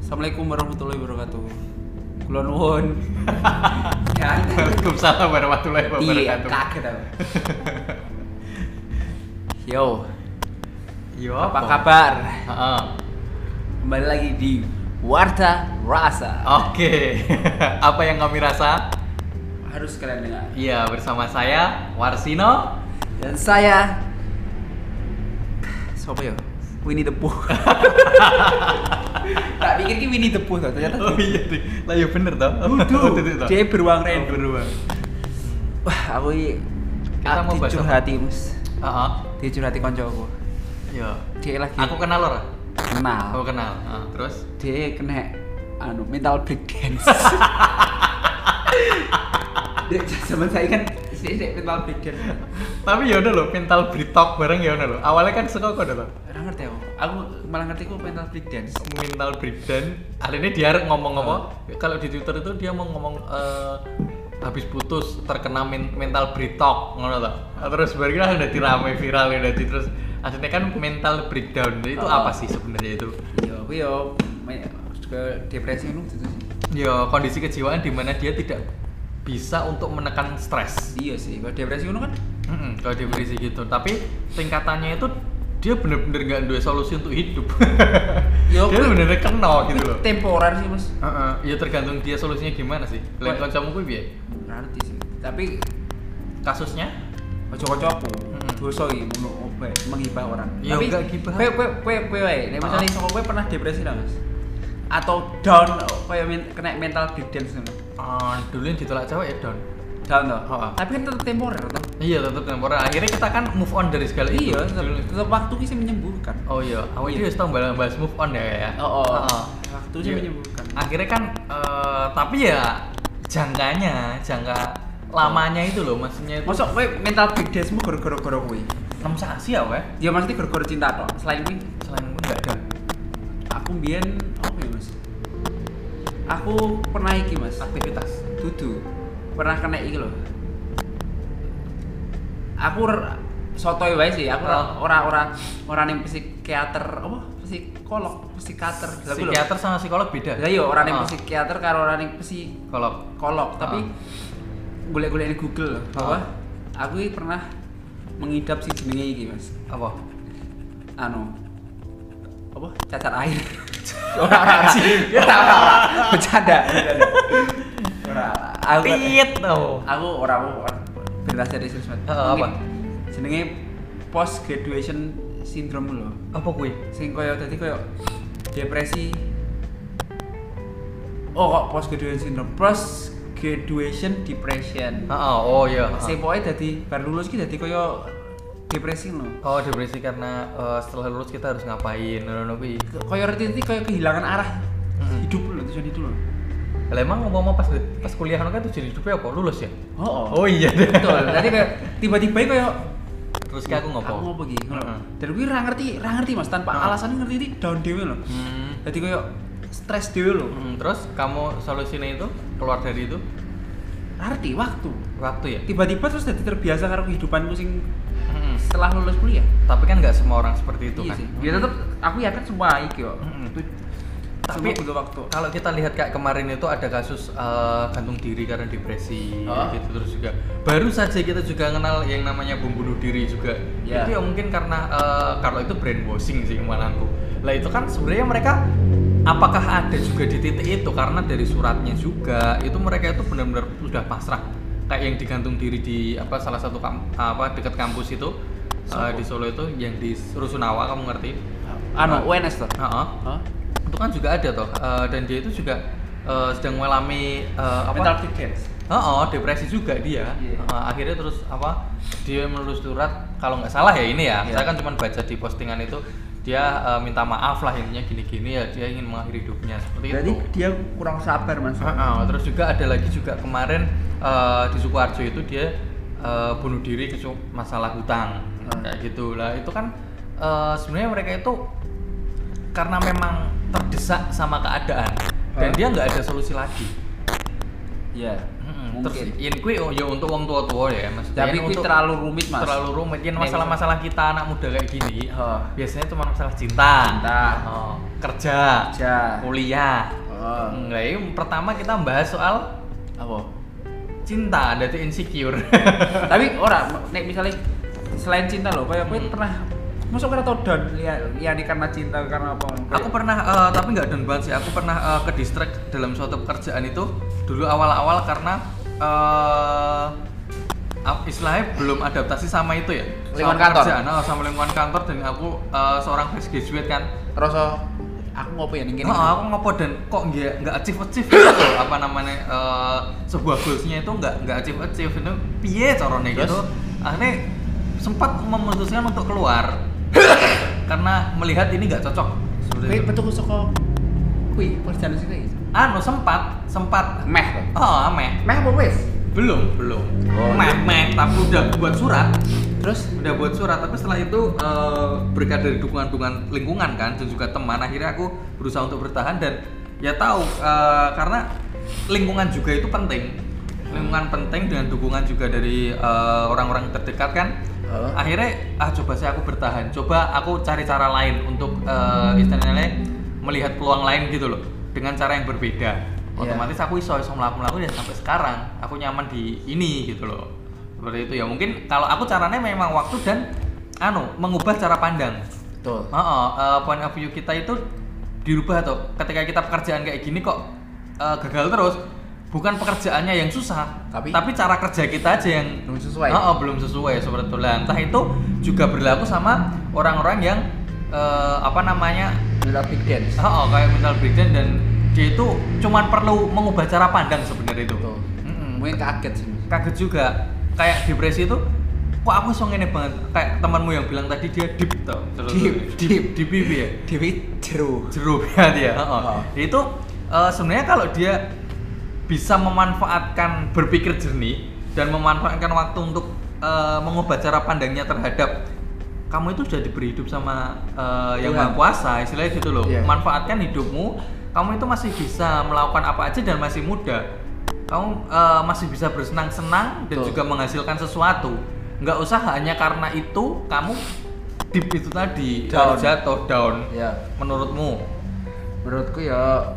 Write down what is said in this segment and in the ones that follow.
Assalamualaikum warahmatullahi wabarakatuh. Kula nuwun. Ya, Waalaikumsalam warahmatullahi iya, wabarakatuh. kaget aku. Yo, Yo, apa kabar? Heeh. Kembali lagi di Warta Rasa. Oke. Apa yang kami rasa? Harus kalian dengar. Iya, bersama saya Warsino. Dan saya siapa ya? Winnie the Pooh. Tak pikir ki Winnie the Pooh toh, ternyata. Oh iya deh. Lah ya bener toh. Waduh, dia beruang random. Beruang. Wah, aku iki Kita mau bahas curhati, Mas. Heeh. Dicurhati koncoku. Yo. Dia lagi Aku kenal ora? kenal. Aku kenal. Terus Dia kena mental breakdance. Dia zaman saya kan sih mental breakdance. tapi ya udah loh, mental break bareng ya udah loh. Awalnya kan suka kok loh. Ora ngerti aku. Aku malah ngerti ku mental breakdance. Mental breakdown. Akhirnya dia ngomong apa? Kalau di Twitter itu dia mau ngomong habis putus terkena mental breakdown ngono loh. Terus baru kan udah dirame viral udah terus akhirnya kan mental breakdown. Itu apa sih sebenarnya itu? Iya, aku yo ke depresi ngono gitu sih. Ya kondisi kejiwaan di mana dia tidak bisa untuk menekan stres. Iya sih, kalau depresi ngono kan Kalau depresi gitu, tapi tingkatannya itu dia bener-bener nggak ada solusi untuk hidup. Yo, Dia bener-bener kena gitu loh. temporer sih, Mas. Ya tergantung dia solusinya gimana sih. Lain kancamu kuwi piye? Ngerti sih. Tapi Kasusnya? ojo-ojoku. Dosa iki ngono obat menghibah orang. Ya, tapi enggak gibah. kowe wae, nek misale saka kowe pernah depresi lah, Mas. Atau down kayak kena mental breakdance ngono. Dulu yang ditolak cewek ya down. Down toh. Heeh. Tapi kan tetap temporer toh. Iya tetap temporer. Akhirnya kita kan move on dari segala itu. Iya, tetap waktu sih menyembuhkan. Oh iya, awalnya dia harus tahu bahas move on ya. Oh, Heeh. waktu sih Iya. menyembuhkan. Akhirnya kan tapi ya jangka lamanya itu loh, maksudnya itu Masuk kowe mental breakdance-mu gara-gara kuwi. 6 sasi ya weh. Ya maksudnya gara-gara cinta toh. Selain kuwi Selain itu enggak ada aku mbiyen apa ya, Mas? Aku pernah iki, Mas. aktivitas. Dudu. Pernah kena iki loh. Aku sotoy wae sih, aku ora ning psikiater apa? Psikiater. Psikiater sama psikolog beda. Lah iya, ora ning psikiater karo ora ning psikolog, tapi golek-golek di Google loh, bahwa aku ini pernah mengidap si jenenge iki, Mas. Apa? Apa? Cacar air. Ora sih. Ora. Bercanda. Ora. Aku ora berita serius, Mas. Apa? Jenenge post graduation syndrome lho. Apa kuwi? Sing koyo dadi koyo depresi. Oh, kok post graduation syndrome. Post graduation depression. Oh iya. Sing pokoke dadi bar lulus ki dadi koyo depresi lho. Oh, depresi karena setelah lulus kita harus ngapain ngono kuwi. Koyo reti koyo kehilangan arah hidup lho, tujuan hidup lho. Lah emang ngomong pas kuliah kan tujuan hidupnya apa? Lulus ya? Oh. Oh iya deh. Betul. Tadi kayak tiba-tiba koyo Terus kayak aku ngopo? Aku ngopo iki? Dan kuwi ra ngerti Mas, tanpa alasan ngerti iki down dhewe lho. Dadi koyo stres dhewe lho. Terus kamu solusinya itu keluar dari itu? Ngerti Waktu ya? tiba-tiba terus jadi terbiasa karo kehidupanku sing setelah lulus kuliah. Tapi kan nggak semua orang seperti itu Iya kan. sih. Ya tetep aku yakin semua iki kok. Tapi semua butuh waktu. kalau kita lihat kayak kemarin itu ada kasus gantung diri karena depresi gitu, terus juga baru saja kita juga kenal yang namanya bom bunuh diri juga. Ya. Itu ya mungkin karena kalau itu brainwashing sih kemanaku. Lah itu kan sebenarnya mereka apakah ada juga di titik itu, karena dari suratnya juga itu mereka itu benar-benar sudah pasrah, kayak yang digantung diri di salah satu dekat kampus itu di Solo itu yang di Rusunawa, kamu ngerti? UNS toh? Itu kan juga ada toh, dan dia itu juga sedang mengalami Mental breakdance. depresi juga dia. Yeah. Akhirnya terus dia menulis surat, kalau nggak salah ya ini ya, saya kan cuma baca di postingan itu, dia minta maaf lah intinya gini-gini ya, dia ingin mengakhiri hidupnya seperti Berarti itu. dia kurang sabar, Mas. Terus juga ada lagi juga kemarin di Sukoharjo itu dia bunuh diri masalah hutang kayak gitu lah. Itu kan sebenarnya mereka itu karena memang terdesak sama keadaan dan dia nggak ada solusi lagi. Iya. Terus ini kuwi ya untuk wong tua-tua ya, Mas. Tapi kuwi terlalu rumit, Mas. Terlalu rumit. Masalah-masalah kita anak muda kayak gini, biasanya cuma masalah cinta. kerja, Kerja. kuliah. Oh. Nah, ini pertama kita bahas soal Apa? cinta, dadi insecure. Tapi ora nek misalnya selain cinta loh, kayak kowe pernah masuk kira tau down liyane karena cinta karena apa? Aku pernah tapi nggak down banget sih. Aku pernah ke distract dalam suatu pekerjaan itu dulu awal-awal karena istilahnya belum adaptasi sama itu ya. Lingkungan Sama kantor. pekerjaan, sama lingkungan kantor dan aku seorang fresh graduate kan. Rasa aku ngopo ya ning kene. Aku ngopo dan kok nggak achieve gitu apa namanya sebuah goalsnya itu nggak achieve itu piye caranya gitu. Akhirnya sempat memutuskan untuk keluar karena melihat ini nggak cocok. Kowe betul saka kuwi pekerjaan sih. Sempat Meh. meh Meh apa wis? belum Oh, meh tapi udah buat surat Terus tapi setelah itu berkat dari dukungan lingkungan kan dan juga teman, akhirnya aku berusaha untuk bertahan dan ya tahu karena lingkungan juga itu penting, dengan dukungan juga dari orang-orang terdekat kan. Akhirnya coba sih aku bertahan, coba aku cari cara lain untuk istilahnya melihat peluang lain gitu loh dengan cara yang berbeda. Otomatis aku iso melakukan ya sampai sekarang aku nyaman di ini gitu loh. Seperti itu ya, mungkin kalau aku caranya memang waktu dan mengubah cara pandang. betul. Point of view kita itu dirubah tuh. Ketika kita pekerjaan kayak gini kok gagal terus, bukan pekerjaannya yang susah, tapi cara kerja kita aja yang Belum sesuai. belum sesuai seperti itu. Entah itu juga berlaku sama orang-orang yang Mental big dance. kayak mental breakdown dan dia itu cuman perlu mengubah cara pandang sebenarnya itu. Betul. Mungkin kaget sih. Kaget juga. Kayak depresi itu kok aku so ngene banget. Kayak temanmu yang bilang tadi dia deep tau. Deep ya. Dewi jeru. Jeruk ya dia. Itu sebenarnya kalau dia bisa memanfaatkan berpikir jernih dan memanfaatkan waktu untuk mengubah cara pandangnya terhadap kamu itu sudah diberi hidup sama yang Maha Kuasa, istilahnya gitu loh. Yeah. Manfaatkan hidupmu, kamu itu masih bisa melakukan apa aja dan masih muda. Kamu masih bisa bersenang-senang dan juga menghasilkan sesuatu. Nggak usah hanya karena itu kamu deep itu tadi jatuh down. Ya. Menurutmu? Menurutku ya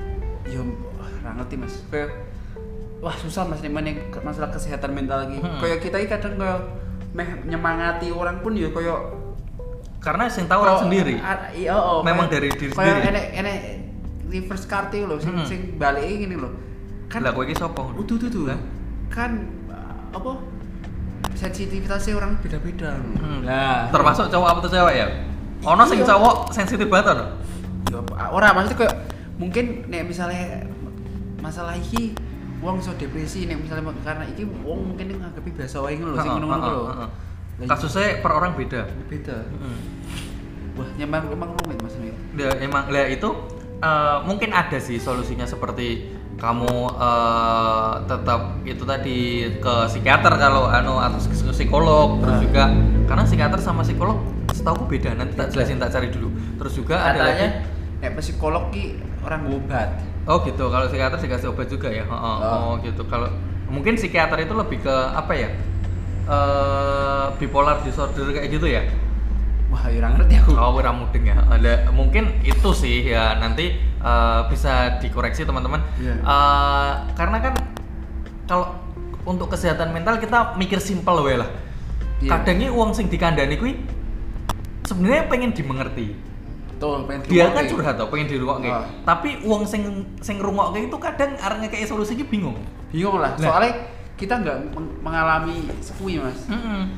ora ngerti Mas. Kayak wah susah Mas ning masalah kesehatan mental lagi. Kayak kita iki kadang kayak meh nyemangati orang pun ya kayak karena sing tahu orang sendiri. Iya, memang dari diri sendiri. Kayak enek reverse card itu loh sing balik ngene lho. Kan lah kowe iki sapa? Tuh. Kan apa? Sensitivitasnya orang beda-beda. Nah, termasuk cowok apa cewek ya? Ono sing cowok sensitif banget ono. Ya ora maksudnya kayak mungkin nek misalnya masalah iki wong iso depresi nek misalnya karena iki wong mungkin nganggepi biasa wae ngono lho sing ngono-ngono lho. Kasusnya per orang beda. Wah, emang rumit Mas ini. Ya emang itu mungkin ada sih solusinya seperti kamu tetap itu tadi ke psikiater kalau atau ke psikolog terus juga karena psikiater sama psikolog setahu aku beda, nanti tak jelasin, tak cari dulu. Terus juga katanya, ada lagi psikolog ki orang obat. Oh gitu, kalau psikiater dikasih obat juga ya. Oh gitu. Kalau mungkin psikiater itu lebih ke apa ya? Bipolar disorder kayak gitu ya. Wah, ora ngerti aku. Oh, ora mudeng ya. Ada mungkin itu sih ya, nanti bisa dikoreksi teman-teman. Yeah. Karena kan kalau untuk kesehatan mental kita mikir simpel wae lah. Yeah. Kadangnya uang sing dikandani kuwi sebenarnya pengen dimengerti. Betul, pengen dia kan curhat tau, pengen dirungokke. Tapi uang sing ngrungokke itu kadang arep ngekeki solusi iki bingung. Bingung lah. Soalnya kita nggak mengalami sekui Mas.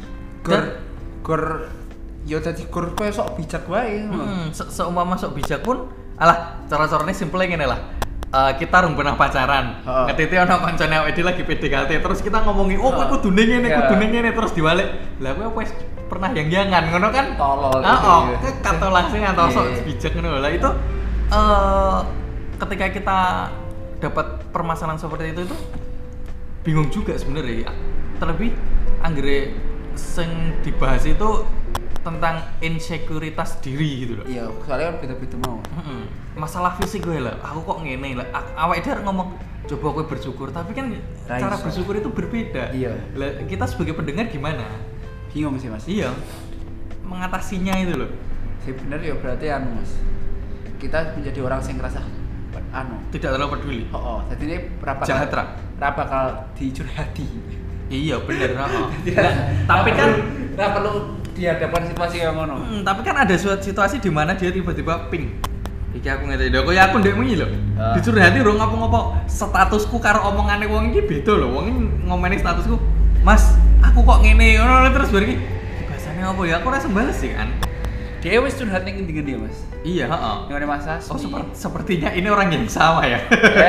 Gor ya dadi gor koyo sok bijak wae. Seumpama sok bijak pun alah cara-carane simple ngene lah. Kita rung pernah pacaran. Ngetiti ana kancane awake dhewe lagi PDKT terus kita ngomongi, "Oh, kowe kudune ngene, terus dibalik." Lah kowe wis pernah yang-yangan ngono kan? Tolol. Kata langsung atau sok bijak ngono. Lah itu ketika kita dapat permasalahan seperti itu bingung juga sebenarnya. Terlebih anggere sing dibahas itu tentang insekuritas diri gitu loh. Iya, soalnya kan beda-beda mau. Masalah fisik gue lah, aku kok ngene lah. Awake dhewe ngomong coba gue bersyukur, tapi kan cara bersyukur itu berbeda. Iya. Lah kita sebagai pendengar gimana? Bingung sih Mas. Iya. Mengatasinya itu loh. Sih bener ya berarti Mas. kita menjadi orang yang ngerasa tidak terlalu peduli. Jadi ini jahat ra bakal dicurhati. Iya bener. Tapi kan nggak perlu dihadapkan situasi yang ngono. Tapi kan ada suatu situasi di mana dia tiba-tiba ping. Iki aku ngerti. Lho koyo aku ndek wingi lho. Dicurhati ro ngopo-ngopo. Statusku karo omongane wong iki beda lho. Wong ngomeni statusku, "Mas, aku kok ngene." Ngono terus bar iki. Bahasane opo ya? Aku ora sembales sih kan. Dia wis curhat ning ndi-ndi ya, Mas? Iya, heeh. Ngene Mas Asmi. Sepertinya ini orang yang sama ya.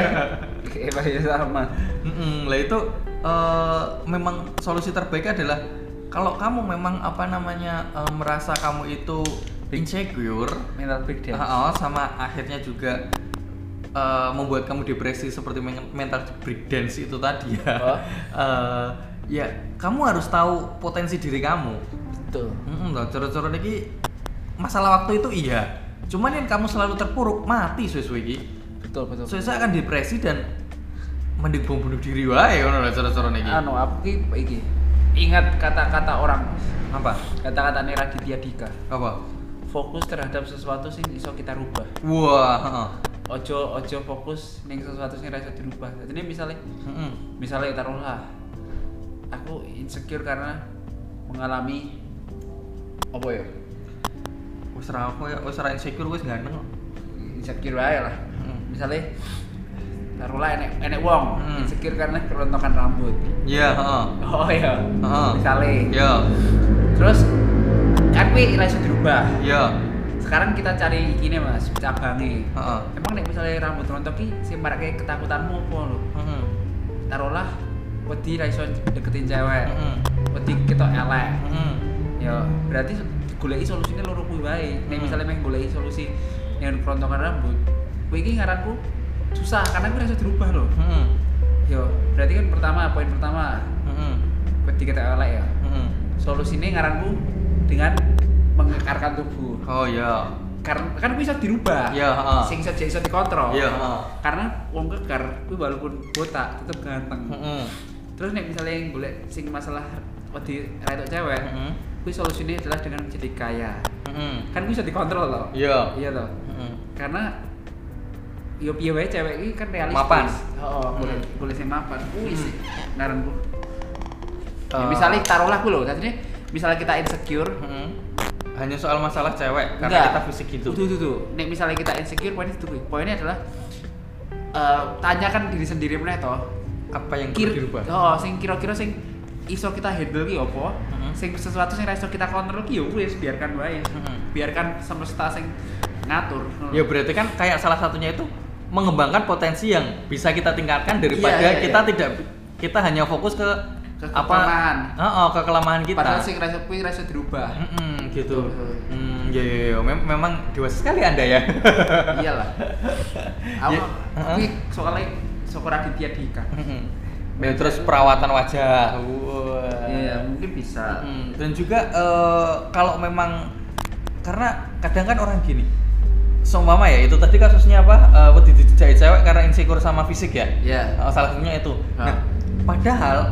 Iya, sama. Lah itu memang solusi terbaik adalah kalau kamu memang merasa kamu itu insecure, mental breakdown. Sama akhirnya juga membuat kamu depresi seperti mental breakdown itu tadi ya. Ya kamu harus tahu potensi diri kamu. Betul. Coro-coro niki masalah waktu itu iya. Cuman yang kamu selalu terpuruk mati suwe-suwe iki. Betul. Suwe-suwe akan depresi dan mending bom bunuh diri wae ngono lho coro-coro niki. Aku iki ingat kata-kata orang. Apa? Kata-katane Raditya Dika. Apa? Fokus terhadap sesuatu sing iso kita rubah. Wah, Ojo fokus ning sesuatu sing ora iso dirubah. Jadi misalnya taruhlah aku insecure karena mengalami apa ya? Wis ora insecure wis ganteng kok. Insecure wae lah. Misalnya taruhlah enek wong insecure karena kerontokan rambut. Iya, Oh iya. Misalnya. Iya. Terus kan kuwi ora iso dirubah. Iya. Sekarang kita cari gini Mas, cabangnya. Emang nek misalnya rambut rontok ki sing marake ketakutanmu apa lho? Taruhlah wedi ra iso deketin cewek. Wedi ketok elek. Ya, berarti goleki solusine loro kuwi wae. Nek misalnya meh goleki solusi yang kerontokan rambut, kuwi iki ngaranku susah karena kuwi ra iso dirubah lho. Yo, berarti kan poin pertama. Wedi ketok elek ya. Solusine ngaranku dengan mengekarkan tubuh. Oh iya. Karena kan bisa dirubah. Iya, Sing iso dikontrol. Iya, Karena wong kekar kuwi walaupun botak tetep ganteng. Terus nek misalnya yang golek sing masalah wedi retok cewek, kuwi solusine adalah dengan menjadi kaya. Kan bisa dikontrol loh. Iya. Iya toh. Karena yo piye wae cewek iki kan realistis. Mapan. Boleh sing mapan. Kuwi sih ngaranku. Misalnya taruhlah ku lho, tadi misalnya kita insecure, hanya soal masalah cewek karena kita fisik gitu. Tuh. Nek misalnya kita insecure, poinnya adalah tanyakan diri sendiri meneh toh. Apa yang perlu dirubah? Sing kira-kira sing iso kita handle ki apa? Sing sesuatu sing iso kita kontrol ki yo wis biarkan wae. Biarkan semesta sing ngatur. Ya berarti kan kayak salah satunya itu mengembangkan potensi yang bisa kita tingkatkan daripada kita hanya fokus ke kelemahan. Ke kelemahan kita. Padahal sing rasa dirubah. Gitu. Ya. Memang dewasa sekali Anda ya. Iyalah. Aku soalnya Raditya Dika. Terus perawatan wajah. Iya, mungkin bisa. Dan juga kalau memang karena kadang kan orang gini. Seumpama ya itu tadi kasusnya apa? Wedi dijahit cewek karena insecure sama fisik ya. Iya. Salah satunya itu. Nah, padahal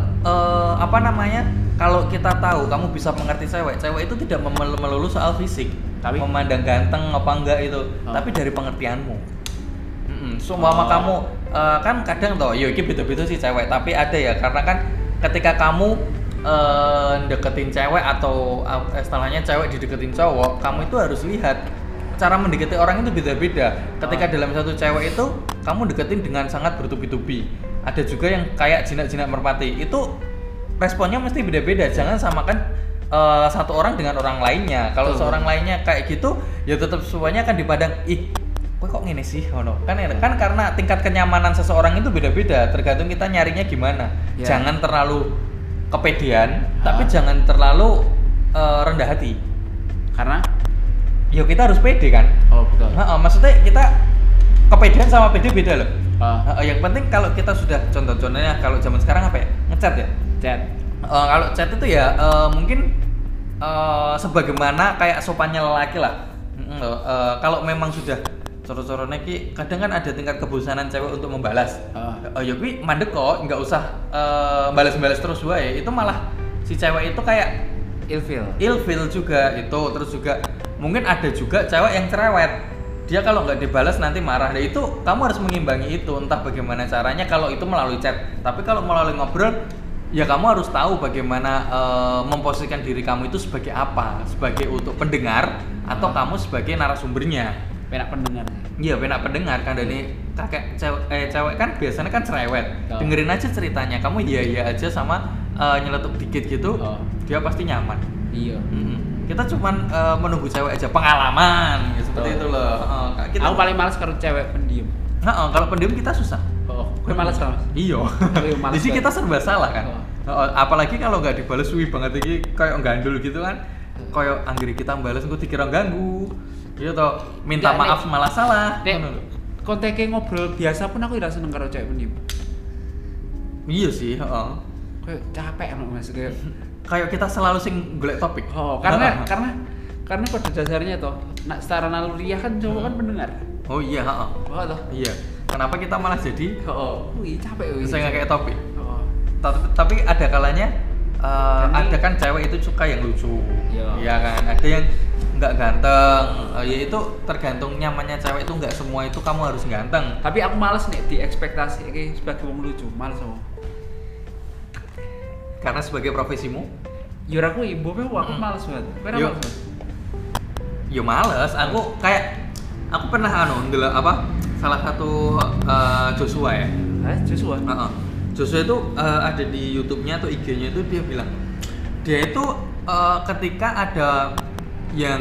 kalau kita tahu kamu bisa mengerti cewek itu tidak melulu soal fisik, tapi memandang ganteng apa enggak itu, tapi dari pengertianmu. Seumpama kamu kan kadang toh, yo iki beda-beda sih cewek, tapi ada ya karena kan ketika kamu deketin cewek atau istilahnya cewek dideketin cowok, kamu itu harus lihat cara mendekati orang itu beda-beda. Ketika dalam satu cewek itu kamu deketin dengan sangat bertubi-tubi. Ada juga yang kayak jinak-jinak merpati. Itu responnya mesti beda-beda. Jangan samakan satu orang dengan orang lainnya. Kalau seorang lainnya kayak gitu, ya tetap semuanya akan dipandang, ih, kok ngene sih, kan karena tingkat kenyamanan seseorang itu beda-beda. Tergantung kita nyarinya gimana. Jangan terlalu kepedean, tapi jangan terlalu rendah hati. Karena ya kita harus pede kan. Betul. Maksudnya kita kepedean sama pede beda loh. Yang penting kalau kita sudah contohnya kalau zaman sekarang apa ya? Ngechat ya? Chat. Kalau chat itu ya mungkin sebagaimana kayak sopannya lelaki lah. Kalau memang sudah coro-corone ki kadang kan ada tingkat kebosanan cewek untuk membalas. Ya kuwi mandek kok, nggak usah balas-balas terus wae. Itu malah si cewek itu kayak ilfeel juga itu. Terus juga mungkin ada juga cewek yang cerewet. dia kalau nggak dibalas nanti marah. Nah itu kamu harus mengimbangi itu, entah bagaimana caranya. Kalau itu melalui chat, tapi kalau melalui ngobrol, ya kamu harus tahu bagaimana memposisikan diri kamu itu sebagai apa, sebagai untuk pendengar atau kamu sebagai narasumbernya. Penak pendengar. Iya, penak pendengar kan. Dan ini kakek cewek kan biasanya kan cerewet. Dengerin aja ceritanya, kamu iya aja sama nyeletuk dikit gitu, dia pasti nyaman. Iya. Kita cuman menunggu cewek aja, pengalaman ya, seperti itu loh. Aku paling males kalau cewek pendiam. Kalau pendiam kita susah. Gue males kan, Mas? Iya. Di sini kita serba salah kan. Apalagi kalau nggak dibalas suwi banget iki kayak gandul gitu kan. Kayak anggere kita balas engko dikira ganggu. Iya toh, minta maaf malah salah. Konteke ngobrol biasa pun aku tidak seneng karo cewek pendiam. Iya sih, Kayak capek Mas kayak kita selalu sing golek topik. Karena pada dasarnya toh, secara naluriah kan cowok kan pendengar. Oh iya, Toh. Iya. Kenapa kita malah jadi capek saya nggak kayak topik. Tapi ada kalanya ada kan cewek itu suka yang lucu. Iya kan. Ada yang nggak ganteng. Ya itu tergantung nyamannya cewek itu, nggak semua itu kamu harus ganteng. Tapi aku males nih diekspektasi sebagai wong lucu, males aku. Karena sebagai profesimu? Ya aku ibu aku males banget. Yo males. Aku pernah ndelok salah satu Joshua ya. Joshua. Joshua itu ada di YouTube-nya atau IG-nya itu dia bilang dia itu ketika ada yang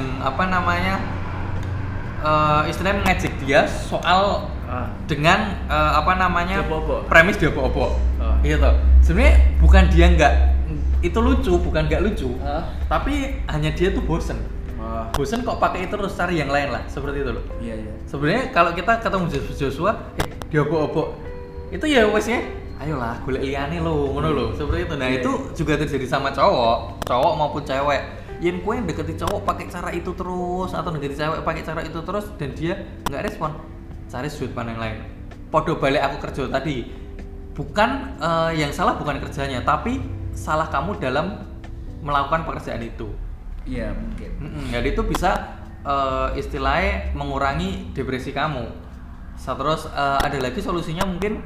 istilahnya mengejek dia soal dengan premis dia apa-apa. Iya toh. Sebenarnya bukan dia itu lucu, bukan nggak lucu, tapi hanya dia tuh bosen. Bosen kok pakai itu terus, cari yang lain lah, seperti itu loh. Iya. Sebenarnya kalau kita ketemu Joshua, dia apa-apa, itu ya wesnya, ayolah golek liyane lo, ngono lo, seperti itu. Nah itu juga terjadi sama cowok maupun cewek. Yang kue deketi cowok pakai cara itu terus, atau deketi cewek pakai cara itu terus, dan dia nggak respon, cari sudut pandang lain. Podo balik aku kerja tadi, bukan yang salah bukan kerjanya, tapi salah kamu dalam melakukan pekerjaan itu. Iya mungkin. Jadi itu bisa istilahnya mengurangi depresi kamu. Terus ada lagi solusinya mungkin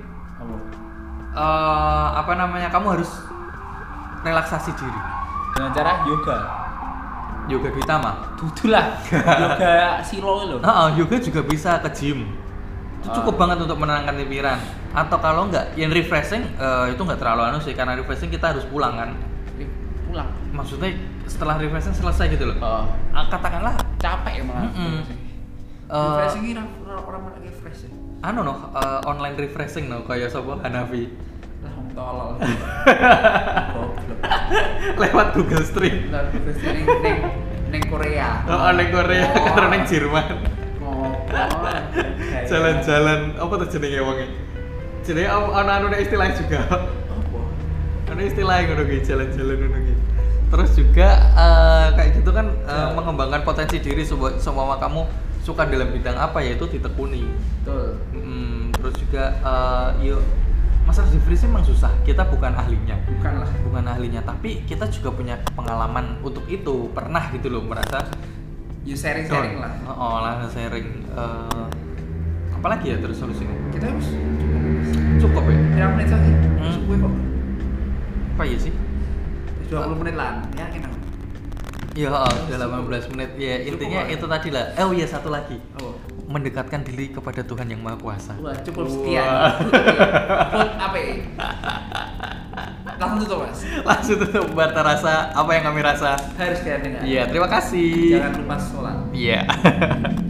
kamu harus relaksasi diri dengan cara yoga Duitama. Dudulah. Yoga silo loh. Yoga juga bisa ke gym. Itu cukup banget untuk menenangkan pikiran. Atau kalau enggak, yang refreshing itu enggak terlalu sih, karena refreshing kita harus pulang kan. Pulang. Maksudnya setelah refreshing selesai gitu loh. Katakanlah capek malah. Refreshing ini orang refresh. Online refreshing kayak sapa Hanafi. Lah tolol. Lewat Google Stream. Google Stream ning Korea. Ning Korea karo ning Jerman. Jalan-jalan apa tuh jenenge wonge? Jenenge ana istilah juga. Apa? Ana istilah ngono ki, jalan-jalan ngono ki. Terus juga kayak gitu kan mengembangkan potensi diri semua kamu suka dalam bidang apa yaitu ditekuni. Betul. Terus juga masalah depresi memang susah. Kita bukan ahlinya. Bukan ahlinya, tapi kita juga punya pengalaman untuk itu. Pernah gitu loh merasa sharing lah. Sharing. Apalagi ya terus solusinya? Kita harus cukup ya? Berapa menit lagi? Cukup kok. Apa ya sih? 20 menit lah, yakin aku. Iya, udah 18 menit. Ya intinya itu tadi lah. Iya satu lagi. Mendekatkan diri kepada Tuhan yang Maha Kuasa. Wah, cukup sekian. Apa ya? Langsung tutup Mas. Langsung tutup buat rasa apa yang kami rasa. Harus kalian dengar. Iya, terima kasih. Jangan lupa sholat. Iya.